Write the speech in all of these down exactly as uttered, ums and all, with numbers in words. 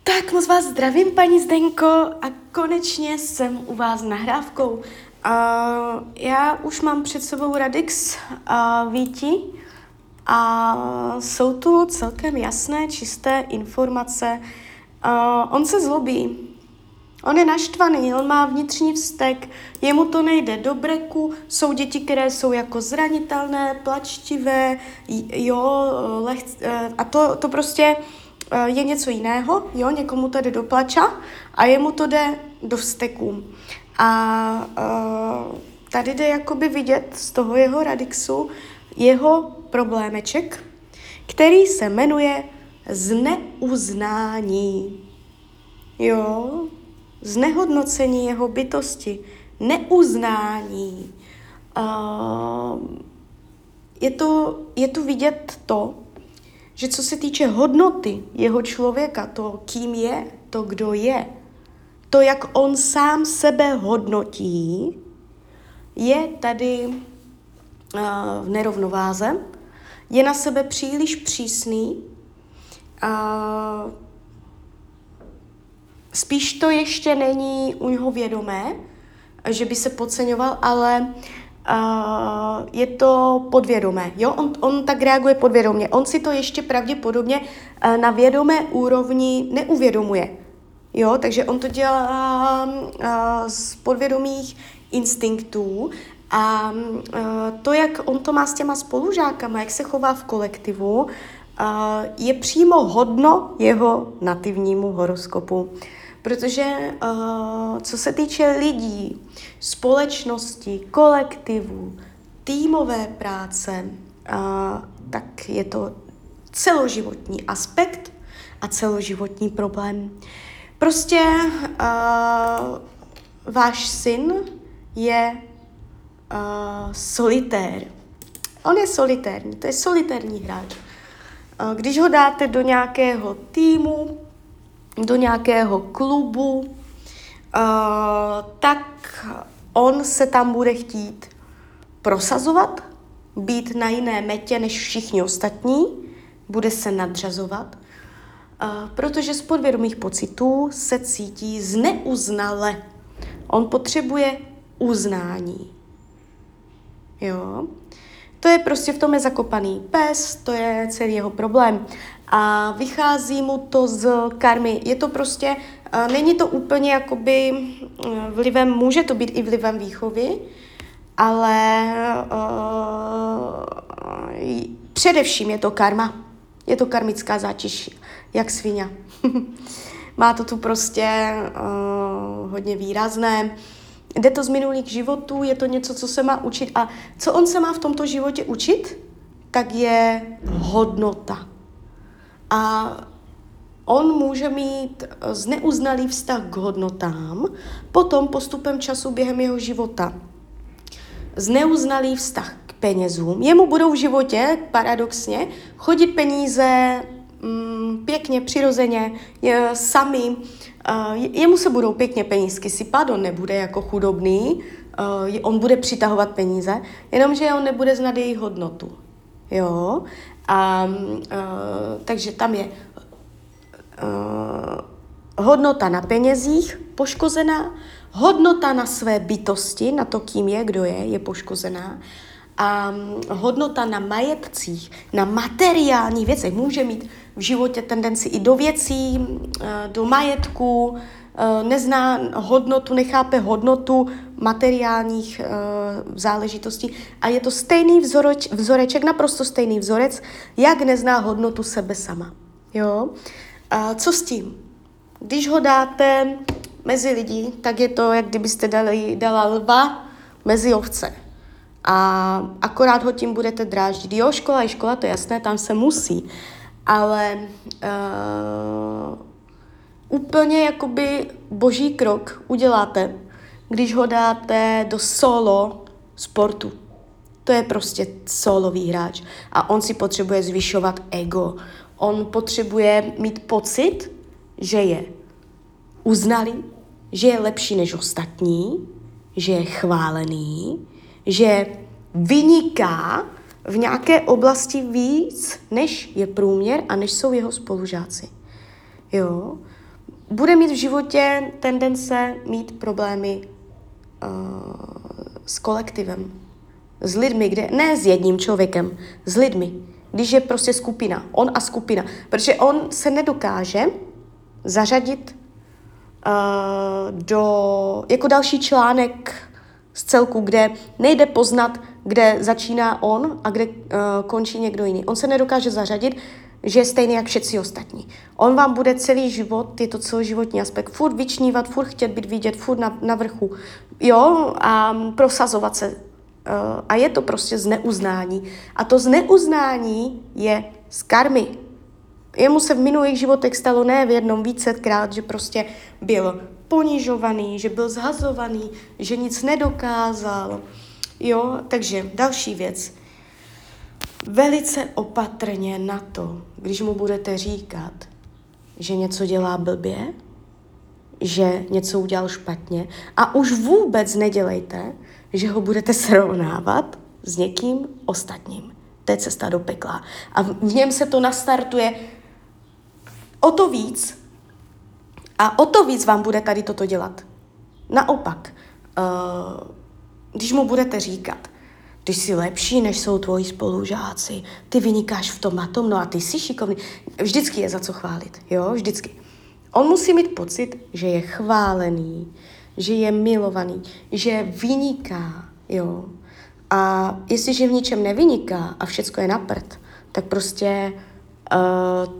Tak moc vás zdravím, paní Zdenko, a konečně jsem u vás s nahrávkou. Uh, já už mám před sebou Radix uh, Víti a jsou tu celkem jasné, čisté informace. Uh, on se zlobí, on je naštvaný, on má vnitřní vztek, jemu to nejde do breku, jsou děti, které jsou jako zranitelné, plačtivé, jo, lehc, a to, to prostě je něco jiného, jo, někomu to jde do plača a jemu to jde do vzteků. A uh, tady jde jakoby vidět z toho jeho Radixu jeho problémeček, který se jmenuje zneuznání. Jo, znehodnocení jeho bytosti, neuznání. Uh, je, to, je tu vidět to, že co se týče hodnoty jeho člověka, to, kým je, to, kdo je, to, jak on sám sebe hodnotí, je tady uh, v nerovnováze, je na sebe příliš přísný, uh, spíš to ještě není u něho vědomé, že by se podceňoval, ale Uh, je to podvědomé, jo? On, on tak reaguje podvědomě. On si to ještě pravděpodobně uh, na vědomé úrovni neuvědomuje, jo? Takže on to dělá uh, z podvědomých instinktů a uh, to, jak on to má s těma spolužákama, jak se chová v kolektivu, uh, je přímo hodno jeho nativnímu horoskopu. Protože uh, co se týče lidí, společnosti, kolektivu, týmové práce, uh, tak je to celoživotní aspekt a celoživotní problém. Prostě uh, váš syn je uh, solitér. On je solitérní, to je solitérní hráč. Uh, když ho dáte do nějakého týmu, do nějakého klubu, uh, tak on se tam bude chtít prosazovat, být na jiné metě než všichni ostatní, bude se nadřazovat, uh, protože z podvědomých pocitů se cítí zneuznale. On potřebuje uznání. Jo? To je prostě v tom je zakopaný pes, to je celý jeho problém. A vychází mu to z karmy. Je to prostě, uh, není to úplně jakoby uh, vlivem, může to být i vlivem výchovy, ale uh, především je to karma. Je to karmická zátěž, jak svině. Má to tu prostě uh, hodně výrazné. Jde to z minulých životů, je to něco, co se má učit. A co on se má v tomto životě učit, tak je hodnota. A on může mít zneuznalý vztah k hodnotám, potom postupem času během jeho života zneuznalý vztah k penězům. Jemu budou v životě, paradoxně, chodit peníze mm, pěkně, přirozeně, je, sami. Uh, jemu se budou pěkně penízky sypat, on nebude jako chudobný, uh, on bude přitahovat peníze, jenomže on nebude znát jejich hodnotu. Jo? A, uh, takže tam je uh, hodnota na penězích poškozená, hodnota na své bytosti, na to, kým je, kdo je, je poškozená a um, hodnota na majetcích, na materiální věcech. Může mít v životě tendenci i do věcí, uh, do majetku, uh, nezná hodnotu, nechápe hodnotu materiálních uh, záležitostí a je to stejný vzoreč, vzoreček, naprosto stejný vzorec, jak nezná hodnotu sebe sama. Jo? Uh, co s tím? Když ho dáte mezi lidi, tak je to, jak kdybyste dali, dala lva mezi ovce. A akorát ho tím budete dráždit. Jo, škola je škola, to je jasné, tam se musí. Ale uh, úplně jakoby boží krok uděláte, když ho dáte do solo sportu. To je prostě solový hráč. A on si potřebuje zvyšovat ego. On potřebuje mít pocit, že je uznalý, že je lepší než ostatní, že je chválený, že vyniká v nějaké oblasti víc, než je průměr a než jsou jeho spolužáci. Jo? bude mít v životě tendence mít problémy uh, s kolektivem, s lidmi, kde, ne s jedním člověkem, s lidmi, když je prostě skupina, on a skupina, protože on se nedokáže zařadit uh, do, jako další článek z celku, kde nejde poznat, kde začíná on a kde uh, končí někdo jiný. On se nedokáže zařadit, že je stejný jak všetci ostatní. On vám bude celý život, je to celoživotní aspekt, furt vyčnívat, furt chtět být vidět, furt na, na vrchu, jo, a prosazovat se. Uh, a je to prostě zneuznání. A to zneuznání je z karmy. Jemu se v minulých životech stalo ne v jednom, vícekrát, že prostě byl ponižovaný, že byl zhazovaný, že nic nedokázal. Jo, takže další věc. Velice opatrně na to, když mu budete říkat, že něco dělá blbě, že něco udělal špatně a už vůbec nedělejte, že ho budete srovnávat s někým ostatním. To je cesta do pekla. A v něm se to nastartuje o to víc a o to víc vám bude tady toto dělat. Naopak, uh, když mu budete říkat, ty jsi lepší, než jsou tvoji spolužáci, ty vynikáš v tom a tom, no a ty jsi šikovný. Vždycky je za co chválit, jo, vždycky. On musí mít pocit, že je chválený, že je milovaný, že vyniká, jo. A jestliže v ničem nevyniká a všecko je na prd, tak prostě uh,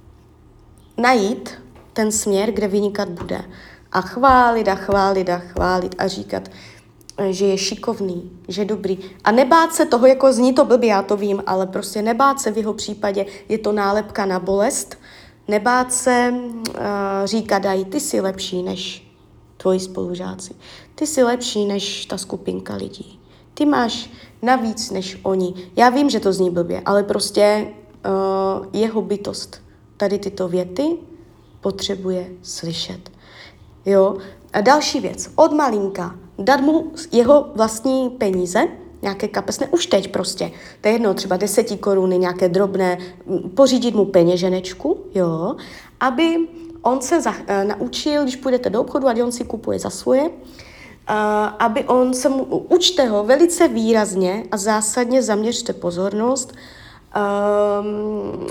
najít ten směr, kde vynikat bude. A chválit a chválit a chválit a říkat, že je šikovný, že je dobrý. A nebát se toho, jako zní to blbě, já to vím, ale prostě nebát se v jeho případě, je to nálepka na bolest, nebát se uh, říkat, daj, ty jsi lepší než tvoji spolužáci. Ty jsi lepší než ta skupinka lidí. Ty máš navíc než oni. Já vím, že to zní blbě, ale prostě uh, jeho bytost tady tyto věty potřebuje slyšet. Jo? A další věc, od malinka dát mu jeho vlastní peníze, nějaké kapesné, už teď prostě, to je jedno, třeba deseti koruny, nějaké drobné, pořídit mu peněženečku, jo, aby on se za, uh, naučil, když půjdete do obchodu a on si kupuje za svoje, uh, aby on se mu, učte ho velice výrazně a zásadně zaměřte pozornost um,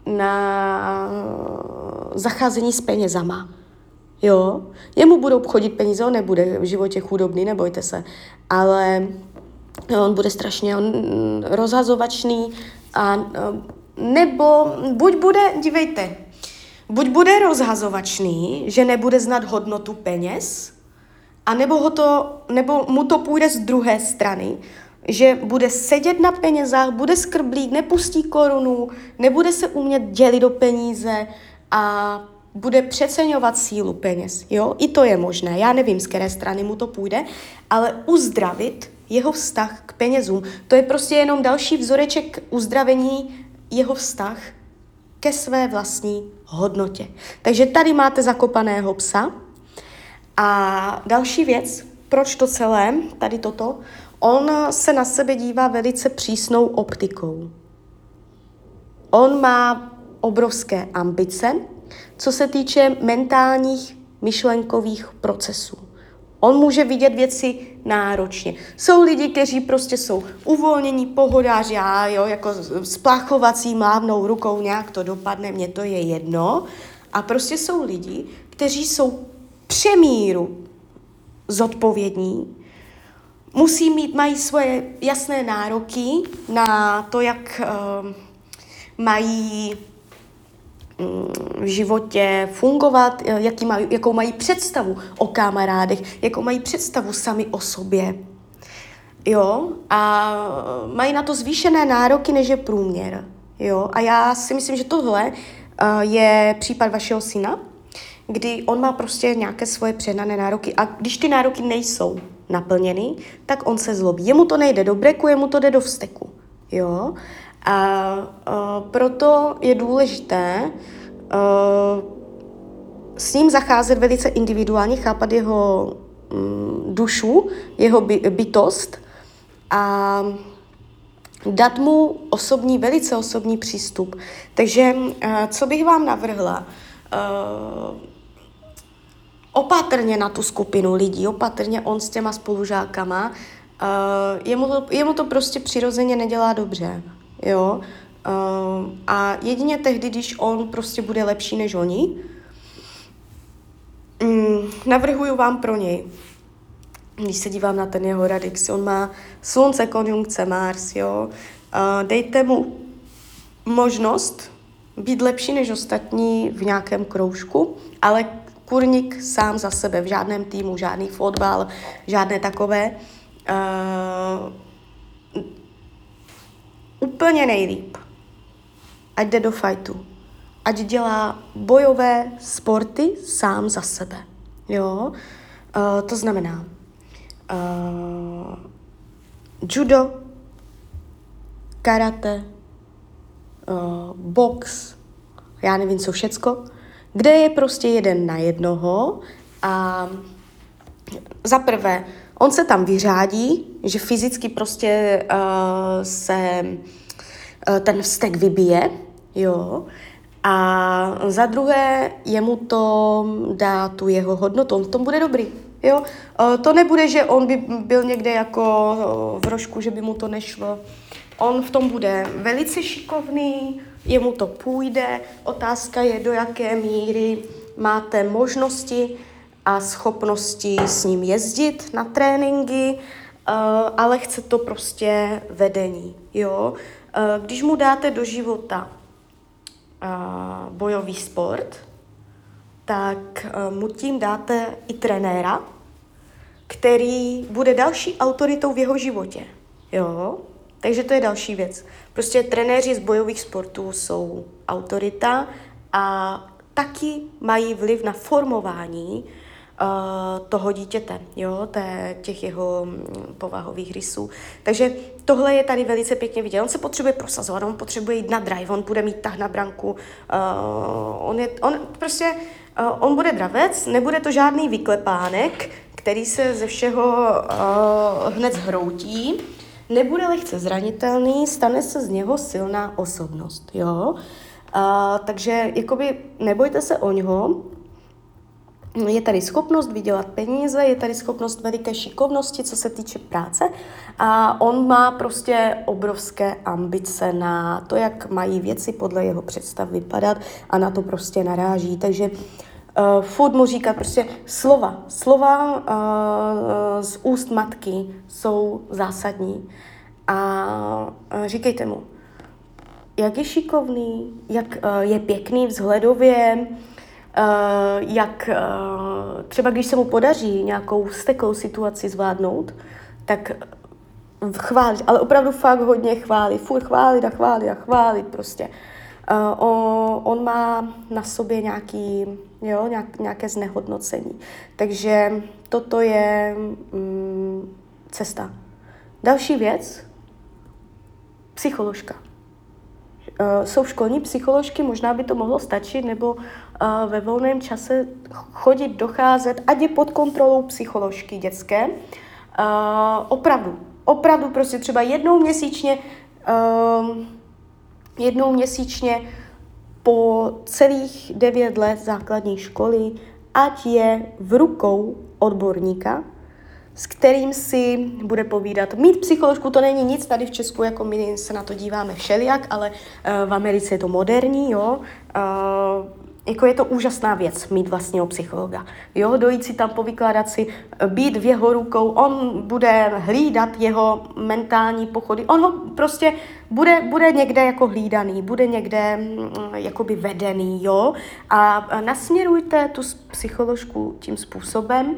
na zacházení s penězama. Jo, jemu budou chodit peníze, on nebude v životě chudobný, nebojte se, ale on bude strašně on, rozhazovačný a nebo buď bude, dívejte, buď bude rozhazovačný, že nebude znát hodnotu peněz, a nebo, ho to, nebo mu to půjde z druhé strany, že bude sedět na penězách, bude skrblík, nepustí korunu, nebude se umět dělit do peníze a bude přeceňovat sílu peněz. Jo? I to je možné. Já nevím, z které strany mu to půjde, ale uzdravit jeho vztah k penězům, to je prostě jenom další vzoreček uzdravení jeho vztah ke své vlastní hodnotě. Takže tady máte zakopaného psa. A další věc, proč to celé, tady toto, on se na sebe dívá velice přísnou optikou. On má obrovské ambice, co se týče mentálních myšlenkových procesů. On může vidět věci náročně. Jsou lidi, kteří prostě jsou uvolnění, pohodáři, a jo, jako spláchovací, mávnou rukou, nějak to dopadne, mně to je jedno. A prostě jsou lidi, kteří jsou přemíru zodpovědní, musí mít, mají svoje jasné nároky na to, jak uh, mají v životě fungovat, jaký mají, jakou mají představu o kamarádech, jakou mají představu sami o sobě. Jo? A mají na to zvýšené nároky, než je průměr. Jo? A já si myslím, že tohle uh, je případ vašeho syna, kdy on má prostě nějaké svoje přehnané nároky a když ty nároky nejsou naplněny, tak on se zlobí. Jemu to nejde do breku, jemu to jde do vzteku. Jo? A uh, proto je důležité uh, s ním zacházet velice individuálně, chápat jeho um, dušu, jeho by, bytost a dát mu osobní, velice osobní přístup. Takže uh, co bych vám navrhla? Uh, opatrně na tu skupinu lidí, opatrně on s těma spolužákama. Uh, jemu, to, jemu to prostě přirozeně nedělá dobře, jo. Uh, a jedině tehdy, když on prostě bude lepší než oni, um, navrhuju vám pro něj, když se dívám na ten jeho radix, on má slunce, konjunkce, Mars, jo. Uh, dejte mu možnost být lepší než ostatní v nějakém kroužku, ale kurník sám za sebe, v žádném týmu, žádný fotbal, žádné takové. Uh, úplně nejlíp, ať jde do fajtu, ať dělá bojové sporty sám za sebe. Jo? Uh, to znamená uh, judo, karate, uh, box, já nevím co všecko, kde je prostě jeden na jednoho a za prvé, on se tam vyřádí, že fyzicky prostě uh, se uh, ten vztek vybije, jo, a za druhé jemu to dá tu jeho hodnotu, on v tom bude dobrý, jo. Uh, to nebude, že on by byl někde jako uh, v rožku, že by mu to nešlo. On v tom bude velice šikovný, jemu to půjde, otázka je, do jaké míry máte možnosti a schopnosti s ním jezdit na tréninky, uh, ale chce to prostě vedení, jo. Uh, když mu dáte do života uh, bojový sport, tak uh, mu tím dáte i trenéra, který bude další autoritou v jeho životě, jo. Takže to je další věc. Prostě trenéři z bojových sportů jsou autorita a taky mají vliv na formování uh, toho dítěte, jo, té, těch jeho um, povahových rysů. Takže tohle je tady velice pěkně vidět. On se potřebuje prosazovat, on potřebuje jít na drive, on bude mít tah na branku, uh, on, je, on prostě, uh, on bude dravec, nebude to žádný vyklepánek, který se ze všeho uh, hned zhroutí, nebude lehce zranitelný, stane se z něho silná osobnost, jo. Uh, takže jakoby nebojte se o něho, je tady schopnost vydělat peníze, je tady schopnost veliké šikovnosti, co se týče práce a on má prostě obrovské ambice na to, jak mají věci podle jeho představ vypadat a na to prostě naráží, takže Uh, furt mu říkat prostě slova. Slova uh, z úst matky jsou zásadní. A uh, říkejte mu, jak je šikovný, jak uh, je pěkný vzhledově, uh, jak uh, třeba když se mu podaří nějakou vzteklou situaci zvládnout, tak chválit, ale opravdu fakt hodně chválit, furt chválit a chválit a chválit prostě. Uh, on, on má na sobě nějaký, jo, nějak, nějaké znehodnocení. Takže toto je mm, cesta. Další věc, psycholožka. Uh, jsou školní psycholožky, možná by to mohlo stačit, nebo uh, ve volném čase chodit, docházet, ať je pod kontrolou psycholožky dětské. Uh, opravdu, opravdu prostě třeba jednou měsíčně uh, jednou měsíčně po celých devět let základní školy, ať je v rukou odborníka, s kterým si bude povídat. Mít psycholožku, to není nic, tady v Česku, jako my se na to díváme všelijak, ale uh, v Americe je to moderní, jo. Uh, jako je to úžasná věc, mít vlastního psychologa. Jo, dojít si tam povykládat si, být v jeho rukou, on bude hlídat jeho mentální pochody, on ho prostě bude, bude někde jako hlídaný, bude někde mm, jakoby vedený, jo. A nasměrujte tu psycholožku tím způsobem,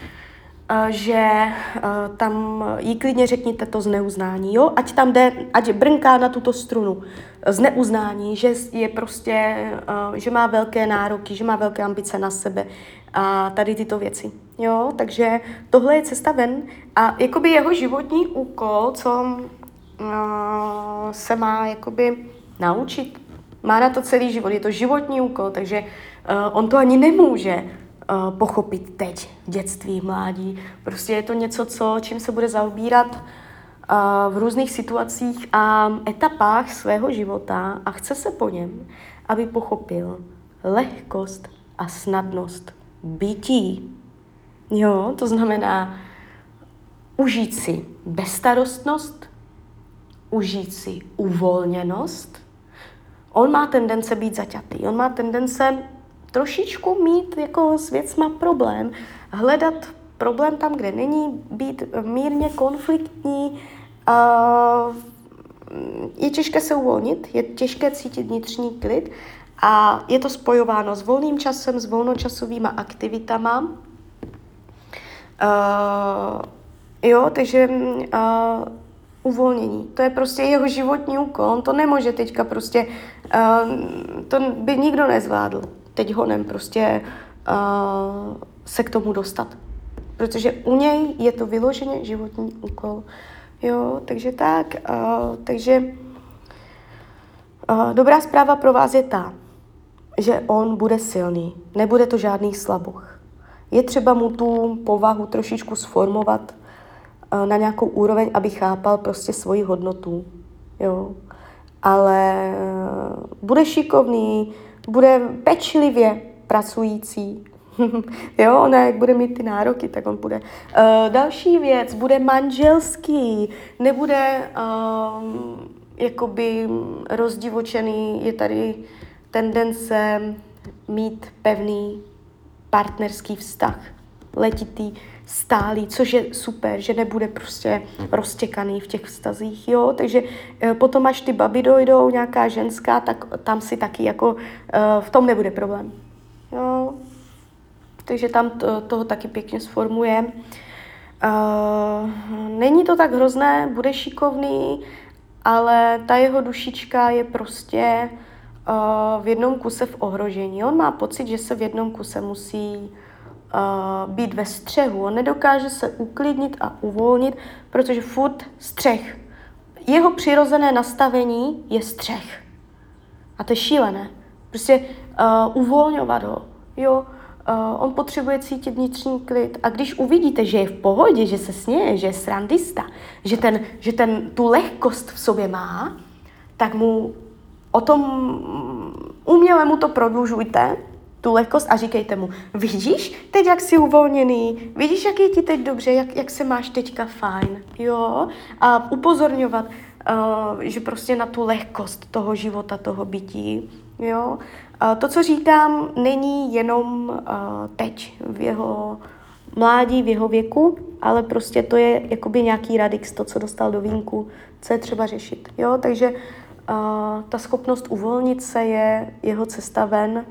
že uh, tam jí klidně řekněte to zneuznání, jo? Ať tam jde, ať brnká na tuto strunu zneuznání, že je prostě, uh, že má velké nároky, že má velké ambice na sebe a tady tyto věci, jo? Takže tohle je cesta ven a jakoby jeho životní úkol, co uh, se má jakoby naučit, má na to celý život, je to životní úkol, takže uh, on to ani nemůže Uh, pochopit teď, v dětství, mládí. Prostě je to něco, co, čím se bude zaobírat uh, v různých situacích a etapách svého života a chce se po něm, aby pochopil lehkost a snadnost bytí. Jo, to znamená užít si bezstarostnost, užít si uvolněnost. On má tendence být zaťatý, on má tendence trošičku mít jako s věcma problém, hledat problém tam, kde není, být mírně konfliktní, uh, je těžké se uvolnit, je těžké cítit vnitřní klid a je to spojováno s volným časem, s volnočasovými aktivitama. Uh, jo, takže uh, uvolnění, to je prostě jeho životní úkol, on to nemůže teďka prostě, uh, to by nikdo nezvládl teď honem prostě uh, se k tomu dostat, protože u něj je to vyloženě životní úkol. Jo, takže tak, uh, takže uh, dobrá zpráva pro vás je ta, že on bude silný, nebude to žádný slaboch. Je třeba mu tu povahu trošičku sformovat uh, na nějakou úroveň, aby chápal prostě svoji hodnotu, jo. Ale uh, bude šikovný, bude pečlivě pracující, jo, ona jak bude mít ty nároky, tak on bude. Uh, další věc, bude manželský, nebude uh, jakoby rozdivočený, je tady tendence mít pevný partnerský vztah, letitý, stálý, což je super, že nebude prostě roztěkaný v těch vztazích, jo, takže uh, potom, až ty baby dojdou, nějaká ženská, tak tam si taky jako, uh, v tom nebude problém, jo. Takže tam to, toho taky pěkně sformuje. Uh, není to tak hrozné, bude šikovný, ale ta jeho dušička je prostě uh, v jednom kuse v ohrožení. On má pocit, že se v jednom kuse musí uh, být ve střehu. On nedokáže se uklidnit a uvolnit, protože furt střeh. Jeho přirozené nastavení je střeh. A to je šílené. Prostě uh, uvolňovat ho, jo. Uh, on potřebuje cítit vnitřní klid a když uvidíte, že je v pohodě, že se směje, že je srandista, že, ten, že ten, tu lehkost v sobě má, tak mu o tom uměle mu to prodlužujte, tu lehkost a říkejte mu, vidíš teď, jak jsi uvolněný, vidíš, jak je ti teď dobře, jak, jak se máš teďka fajn, jo, a upozorňovat, uh, že prostě na tu lehkost toho života, toho bytí, jo. Uh, to, co říkám, není jenom uh, teď v jeho mládí, v jeho věku, ale prostě to je jakoby nějaký radix, to, co dostal do vínku, co je třeba řešit, jo, takže uh, ta schopnost uvolnit se je jeho cesta ven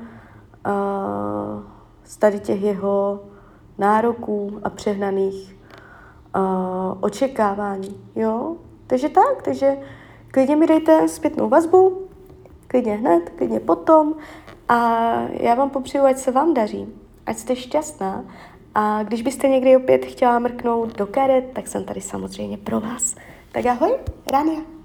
uh, z tady těch jeho nároků a přehnaných uh, očekávání, jo, takže tak, takže klidně mi dejte zpětnou vazbu, klidně hned, klidně potom a já vám popřeju, ať se vám daří, ať jste šťastná a když byste někdy opět chtěla mrknout do karet, tak jsem tady samozřejmě pro vás. Tak ahoj, Rania.